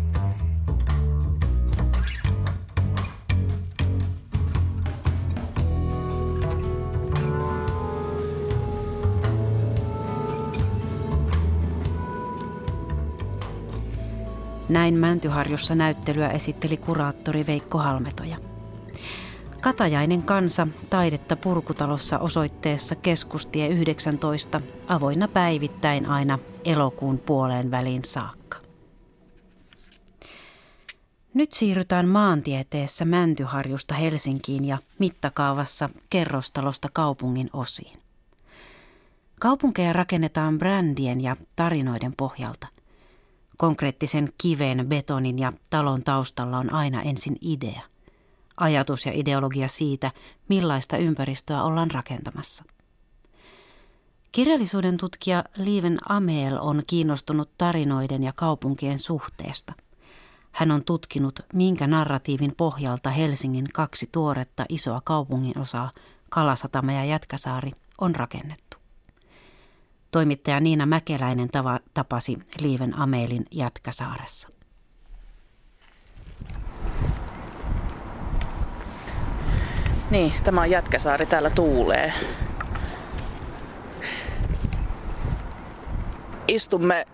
Näin Mäntyharjussa näyttelyä esitteli kuraattori Veikko Halmetoja. Katajainen kansa taidetta Purkutalossa osoitteessa Keskustie yhdeksäntoista avoinna päivittäin aina elokuun puoleen väliin saakka. Nyt siirrytään maantieteessä Mäntyharjusta Helsinkiin ja mittakaavassa kerrostalosta kaupungin osiin. Kaupunkeja rakennetaan brändien ja tarinoiden pohjalta. Konkreettisen kiven, betonin ja talon taustalla on aina ensin idea. Ajatus ja ideologia siitä, millaista ympäristöä ollaan rakentamassa. Kirjallisuuden tutkija Liven Amel on kiinnostunut tarinoiden ja kaupunkien suhteesta. Hän on tutkinut, minkä narratiivin pohjalta Helsingin kaksi tuoretta isoa kaupunginosaa, Kalasatama ja Jätkäsaari, on rakennettu. Toimittaja Niina Mäkeläinen tava, tapasi Liven Amelin Jätkäsaaressa. Niin, tämä on Jätkäsaari, täällä tuulee. Istumme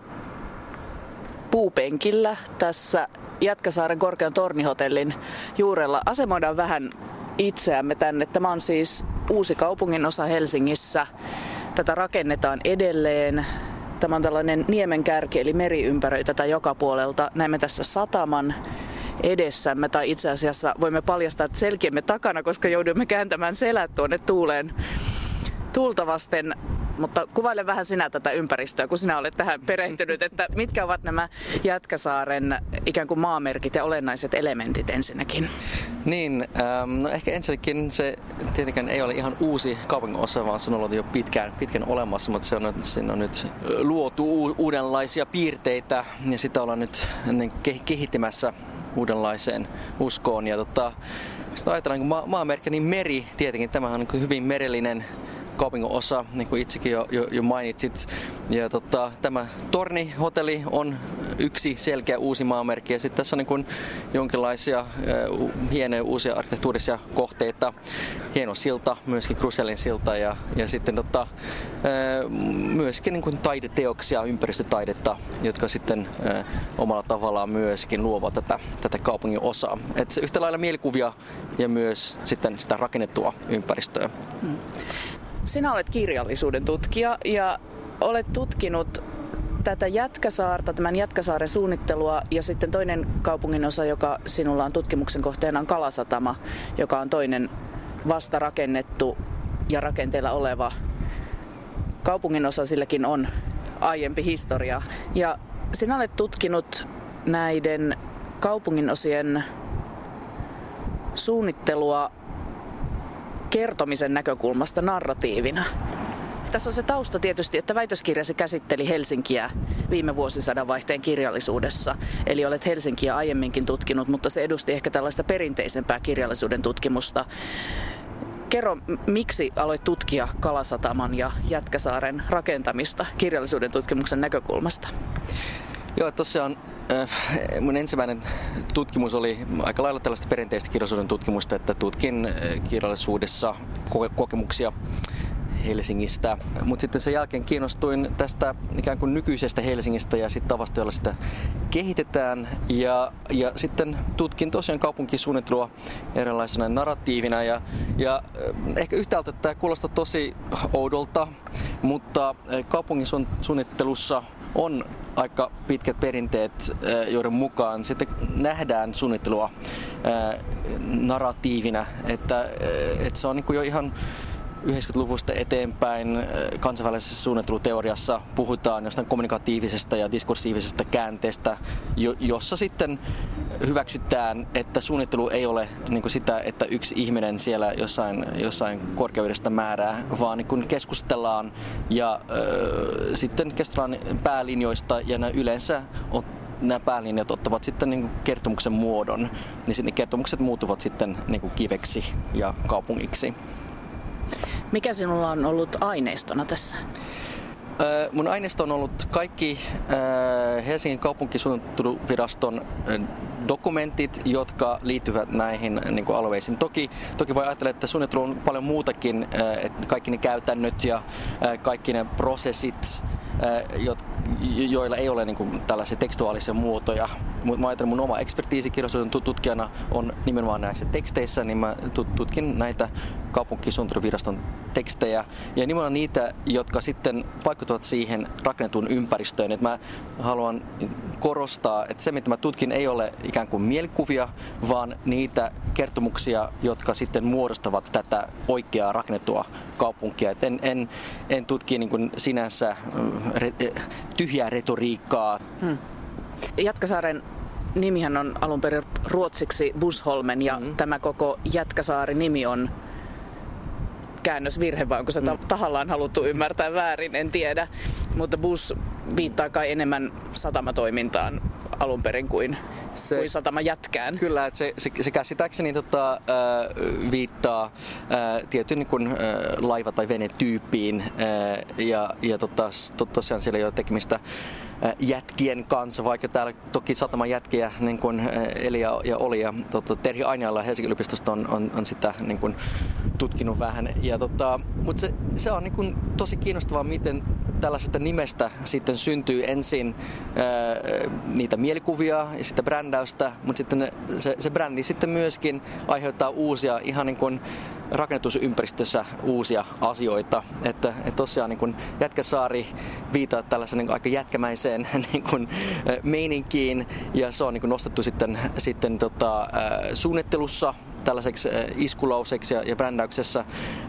puupenkillä tässä Jätkäsaaren korkean tornihotellin juurella. Asemoidaan vähän itseämme tänne. Tämä on siis uusi kaupunginosa Helsingissä. Tätä rakennetaan edelleen. Tämä on tällainen niemenkärki, eli meri ympäröi tätä joka puolelta. Näemme tässä sataman edessämme, tai itse asiassa voimme paljastaa selkiemme takana, koska joudumme kääntämään selät tuonne tuuleen tuulta vasten. Mutta kuvaile vähän sinä tätä ympäristöä, kun sinä olet tähän perehtynyt, että mitkä ovat nämä Jätkäsaaren ikään kuin maamerkit ja olennaiset elementit ensinnäkin? Niin, ähm, no ehkä ensinnäkin se tietenkään ei ole ihan uusi kaupunginosa, vaan se on ollut jo pitkään, pitkään olemassa, mutta se on, siinä on nyt luotu u- uudenlaisia piirteitä ja sitä ollaan nyt kehittämässä uudenlaiseen uskoon. Ja tota, sitten ajatellaan, kun ma- maamerkki, niin meri tietenkin, tämähän on niin hyvin merellinen kaupungin osa, niin kuin itsekin jo, jo, jo mainitsit. Ja tota, tämä tornihotelli on yksi selkeä uusi maamerkki. Ja sitten tässä on niin kuin jonkinlaisia uh, hienoja uusia arkkitehtuurisia kohteita. Hieno silta, myöskin Krusellin silta. Ja, ja sitten tota, uh, myöskin niin kuin taideteoksia, ympäristötaidetta, jotka sitten uh, omalla tavallaan myöskin luovat tätä, tätä kaupungin osaa. Et se yhtä lailla mielikuvia ja myös sitten sitä rakennettua ympäristöä. Hmm. Sinä olet kirjallisuuden tutkija ja olet tutkinut tätä Jätkäsaarta, tämän Jätkäsaaren suunnittelua, ja sitten toinen kaupunginosa, joka sinulla on tutkimuksen kohteena, on Kalasatama, joka on toinen vasta rakennettu ja rakenteella oleva kaupunginosa, silläkin on aiempi historia. Ja sinä olet tutkinut näiden kaupunginosien suunnittelua kertomisen näkökulmasta narratiivina. Tässä on se tausta tietysti, että väitöskirjasi käsitteli Helsinkiä viime vuosisadan vaihteen kirjallisuudessa. Eli olet Helsinkiä aiemminkin tutkinut, mutta se edusti ehkä tällaista perinteisempää kirjallisuuden tutkimusta. Kerro, miksi aloit tutkia Kalasataman ja Jätkäsaaren rakentamista kirjallisuuden tutkimuksen näkökulmasta? Joo, tosiaan mun ensimmäinen tutkimus oli aika lailla tällaista perinteistä kirjallisuuden tutkimusta, että tutkin kirjallisuudessa kokemuksia Helsingistä. Mutta sitten sen jälkeen kiinnostuin tästä ikään kuin nykyisestä Helsingistä ja sitten tavasta, jolla sitä kehitetään. Ja, ja sitten tutkin tosiaan kaupunkisuunnittelua erilaisena narratiivina. Ja, ja ehkä yhtäältä tämä kuulostaa tosi oudolta, mutta kaupunkisuunnittelussa on aika pitkät perinteet, joiden mukaan sitten nähdään suunnittelua narratiivina, että, että se on niin kuin jo ihan yhdeksänkymmentäluvusta eteenpäin kansainvälisessä suunnitteluteoriassa puhutaan jostain kommunikatiivisesta ja diskursiivisesta käänteestä, jossa sitten hyväksytään, että suunnittelu ei ole niin kuin sitä, että yksi ihminen siellä jossain, jossain korkeudesta määrää, vaan niin kuin keskustellaan ja äh, sitten keskustellaan päälinjoista ja nämä yleensä on nämä päälinjat ottavat sitten niin kuin kertomuksen muodon, niin sitten kertomukset muuttuvat sitten niin kuin kiveksi ja kaupungiksi. Mikä sinulla on ollut aineistona tässä? Mun aineisto on ollut kaikki Helsingin kaupunkisuunnitteluviraston dokumentit, jotka liittyvät näihin niin kuin alueisiin. Toki, toki voi ajatella, että suunnittelu on paljon muutakin, että kaikki ne käytännöt ja kaikki ne prosessit, joilla ei ole niin kuin tällaisia tekstuaalisia muotoja. Mä ajattelen, mun oma ekspertiisi kirjallisuuden tutkijana on nimenomaan näissä teksteissä, niin mä tutkin näitä kaupunkisuunnitteluviraston tekstejä ja nimenomaan niitä, jotka sitten vaikuttavat siihen rakennetun ympäristöön. Et mä haluan korostaa, että se mitä mä tutkin ei ole ikään kuin mielikuvia, vaan niitä kertomuksia, jotka sitten muodostavat tätä oikeaa rakennettua kaupunkia. Et en, en, en tutki niin kuin sinänsä re, tyhjää retoriikkaa. Hmm. Jätkäsaaren nimihän on alun perin ruotsiksi Busholmen ja mm-hmm. tämä koko Jätkäsaari-nimi on käännösvirhe, vai onko se mm. tahallaan haluttu ymmärtää väärin, en tiedä. Mutta Bus viittaa kai enemmän satamatoimintaan alun perin kuin, se, kuin satamajätkään. Kyllä, että se, se, se käsittääkseni tota, äh, viittaa äh, tietyn niin kuin, äh, laiva- tai venetyyppiin äh, ja, ja tota, to, tosiaan siellä ei ole tekemistä jätkien kanssa, vaikka täällä toki sataman jätkiä niin kuin eli ja, ja oli. Ja, tota, Terhi Ainiala Helsingin yliopistosta on, on, on sitä niin kuin, tutkinut vähän. Ja, tota, mutta se, se on niin kuin, tosi kiinnostavaa, miten tällaisesta nimestä sitten syntyy ensin ää, niitä mielikuvia ja sitä brändäystä, mutta sitten se, se brändi sitten myöskin aiheuttaa uusia ihan niin kuin rakennetusympäristössä uusia asioita. Että, että tosiaan niin kuin Jätkäsaari viittaa tällaisen niin kuin aika jätkämäiseen niin kuin meininkiin ja se on niin kuin nostettu sitten, sitten tota, suunnittelussa tällaiseksi iskulauseeksi ja, ja brändäyksessä.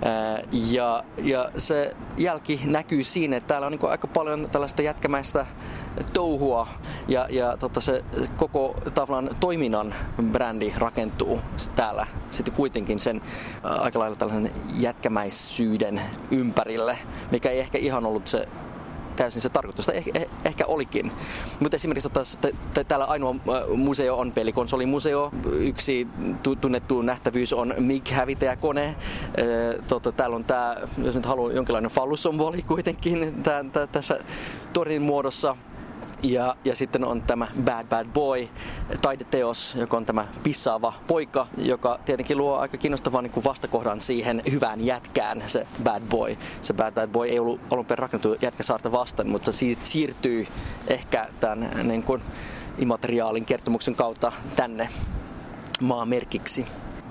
Ja, ja se jälki näkyy siinä, että täällä on niin kuin aika paljon tällaista jätkämäistä touhua ja, ja tota se koko tavallaan toiminnan brändi rakentuu täällä sitten kuitenkin sen aika lailla tällaisen jätkämäisyyden ympärille, mikä ei ehkä ihan ollut se täysin se tarkoitus. Eh, eh, ehkä olikin. Mutta esimerkiksi taas, t- t- täällä ainoa museo on pelikonsolimuseo. Yksi tunnettu nähtävyys on M I G-hävittäjäkone. E, tota, täällä on tämä, jos nyt haluaa jonkinlainen fallusomboli kuitenkin tää, tää, tässä torin muodossa. Ja, ja sitten on tämä Bad Bad Boy taideteos, joka on tämä pissaava poika, joka tietenkin luo aika kiinnostavan niin kuin vastakohdan siihen hyvään jätkään, se Bad Boy. Se Bad Bad Boy ei ollut alun perin rakennettu Jätkäsaarta vastaan, mutta siitä siirtyy ehkä tämän niin kuin immateriaalin kertomuksen kautta tänne maamerkiksi.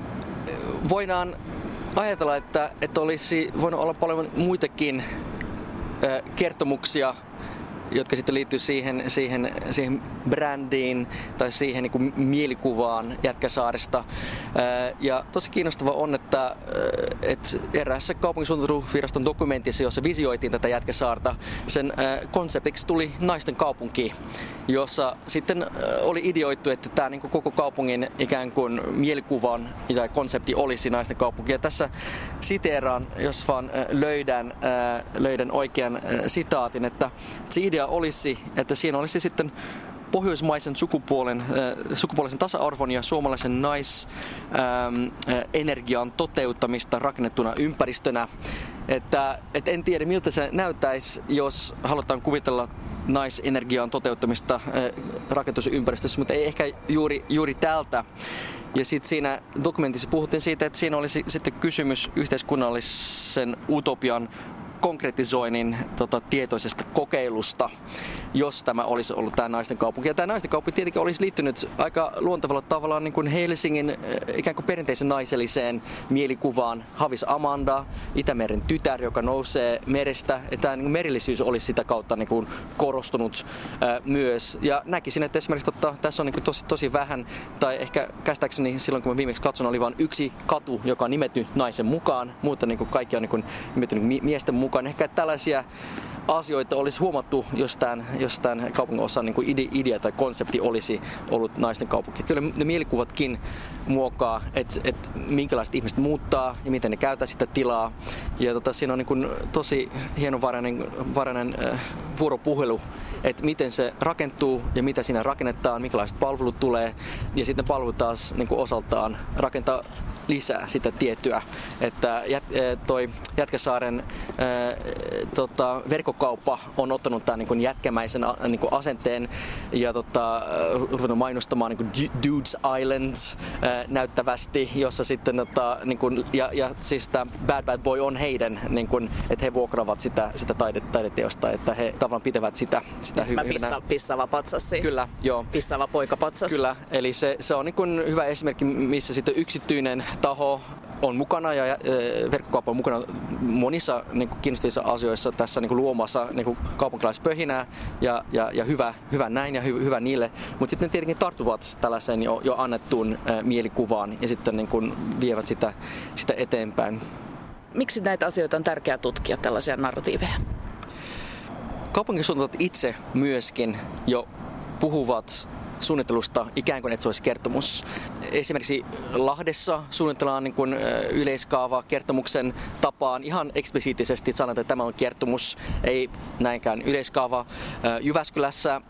Voidaan ajatella, että, että olisi voinut olla paljon muitakin äh, kertomuksia, jotka sitten liittyy siihen, siihen, siihen brändiin tai siihen niin kuin mielikuvaan Jätkäsaaresta. Ja tosi kiinnostava on, että, että eräässä kaupunkisuunnitteluviraston dokumentissa, jossa visioitiin tätä Jätkäsaarta, sen konseptiksi tuli naisten kaupunki, jossa sitten oli ideoitu, että tämä niin kuin koko kaupungin ikään kuin mielikuvan ja konsepti olisi naisten kaupunki. Ja tässä siteeraan, jos vaan löydän, löydän oikean sitaatin, että se idea olisi, että siinä olisi sitten pohjoismaisen sukupuolen, äh, sukupuolisen tasa-arvon ja suomalaisen naisenergian ähm, toteuttamista rakennettuna ympäristönä. Että, et en tiedä, miltä se näyttäisi, jos halutaan kuvitella naisenergian toteuttamista äh, rakennetusympäristössä, mutta ei ehkä juuri, juuri tältä. Ja sitten siinä dokumentissa puhuttiin siitä, että siinä olisi sitten kysymys yhteiskunnallisen utopian konkretisoinnin tota, tietoisesta kokeilusta, jos tämä olisi ollut tämä naisten kaupunki. Ja tämä naisten kaupunki tietenkin olisi liittynyt aika luontevalla tavalla niin kuin Helsingin ikään kuin perinteisen naiselliseen mielikuvaan. Havis Amanda, Itämeren tytär, joka nousee merestä. Ja tämä niin kuin merillisyys olisi sitä kautta niin kuin korostunut ää, myös. Ja näkisin, että esimerkiksi totta, tässä on niin kuin tosi, tosi vähän, tai ehkä käsittääkseni silloin, kun mä viimeksi katson, oli vain yksi katu, joka on nimetty naisen mukaan. Muuta niin kuin kaikki on niin kuin nimetty niin kuin miesten mukaan. Ehkä tällaisia asioita olisi huomattu, jos tämän, jos tämän kaupungin osan niin kuin idea tai konsepti olisi ollut naisten kaupunki. Kyllä ne mielikuvatkin muokkaa, että et minkälaiset ihmiset muuttaa ja miten ne käyttää sitä tilaa. Ja tota, siinä on niin kuin tosi hienovarainen varainen, äh, vuoropuhelu, että miten se rakentuu ja mitä siinä rakennetaan, minkälaiset palvelut tulee. Ja sitten ne palvelut taas niin kuin osaltaan rakentaa lisää sitä tiettyä, että jät, toi Jätkäsaaren ää, tota, verkkokauppa on ottanut tämän niin kuin jätkämäisen niin kuin asenteen ja tota, ruvennut mainostamaan niin kuin Dudes Island ää, näyttävästi, jossa sitten tota, niin kuin, ja, ja siis tämä Bad Bad Boy on heidän, niin kuin, että he vuokravat sitä, sitä taide, taideteosta, että he tavallaan pitävät sitä, sitä hy- pissa, pissaava patsas siis. Kyllä, joo. Pissaava poikapatsas. Kyllä, eli se, se on niin kuin hyvä esimerkki, missä sitten yksityinen taho on mukana ja verkkokauppa on mukana monissa niin kuin kiinnostavissa asioissa tässä niin kuin luomassa niin kuin kaupunkilaispöhinää ja, ja, ja hyvä, hyvä näin ja hy, hyvä niille, mutta sitten ne tietenkin tarttuvat tällaiseen jo, jo annettuun ä, mielikuvaan ja sitten niin kuin vievät sitä, sitä eteenpäin. Miksi näitä asioita on tärkeää tutkia, tällaisia narratiiveja? Kaupunkisuunnitelmat itse myöskin jo puhuvat suunnittelusta ikään kuin, että se olisi kertomus. Esimerkiksi Lahdessa suunnitellaan niin kuin yleiskaava kertomuksen tapaan ihan eksplisiittisesti, että sanotaan, että tämä on kertomus, ei näinkään yleiskaava. Jyväskylässä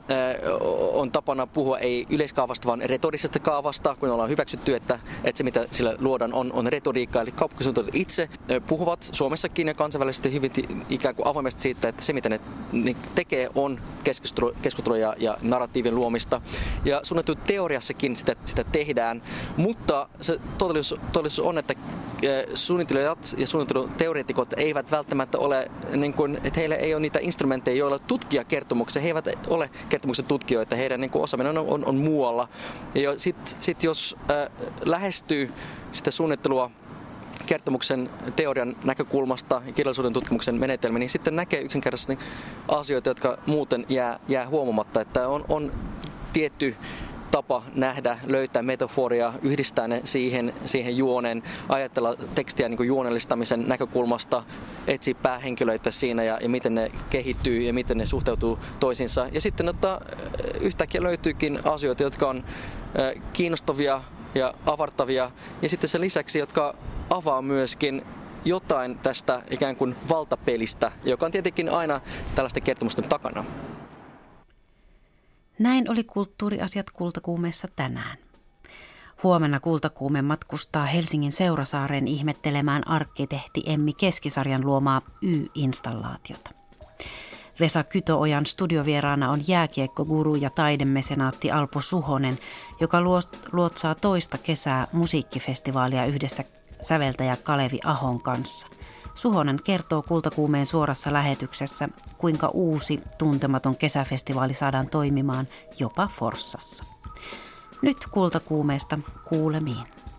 on tapana puhua ei yleiskaavasta, vaan retorisesta kaavasta, kun ollaan hyväksytty, että, että se mitä sillä luodaan on, on retoriikka. Eli kaupunkisuunnittelijat itse puhuvat Suomessakin ja kansainvälisesti hyvin ikään kuin avoimesti siitä, että se mitä ne, ne tekee on keskustelu, keskustelu ja, ja narratiivin luomista. Ja suunnitteluteoriassakin sitä, sitä tehdään, mutta se todellisuus, todellisuus on, että suunnittelijat ja suunnitteluteoreetikot eivät välttämättä ole, niin kuin, että heillä ei ole niitä instrumentteja, joilla tutkia kertomuksia. He eivät ole kertomuksen tutkijoita, heidän niin kuin osaaminen on, on, on muualla. Ja sitten sit jos äh, lähestyy sitä suunnittelua kertomuksen teorian näkökulmasta ja kirjallisuuden tutkimuksen menetelmiä, niin sitten näkee yksinkertaisesti asioita, jotka muuten jää, jää huomaamatta, että on, on tietty tapa nähdä, löytää metaforia, yhdistää ne siihen, siihen juoneen, ajatella tekstiä niin kuin juonellistamisen näkökulmasta, etsiä päähenkilöitä siinä ja, ja miten ne kehittyy ja miten ne suhteutuu toisiinsa. Ja sitten ottaa, yhtäkkiä löytyykin asioita, jotka on kiinnostavia ja avartavia ja sitten sen lisäksi, jotka avaa myöskin jotain tästä ikään kuin valtapelistä, joka on tietenkin aina tällaisten kertomusten takana. Näin oli Kulttuuriasiat Kultakuumeessa tänään. Huomenna Kultakuume matkustaa Helsingin Seurasaareen ihmettelemään arkkitehti Emmi Keskisarjan luomaa Y-installaatiota. Vesa Kytöojan studiovieraana on jääkiekkoguru ja taidemesenaatti Alpo Suhonen, joka luotsaa toista kesää musiikkifestivaalia yhdessä säveltäjä Kalevi Ahon kanssa. Suhonen kertoo Kultakuumeen suorassa lähetyksessä, kuinka uusi tuntematon kesäfestivaali saadaan toimimaan jopa Forssassa. Nyt Kultakuumeesta kuulemiin.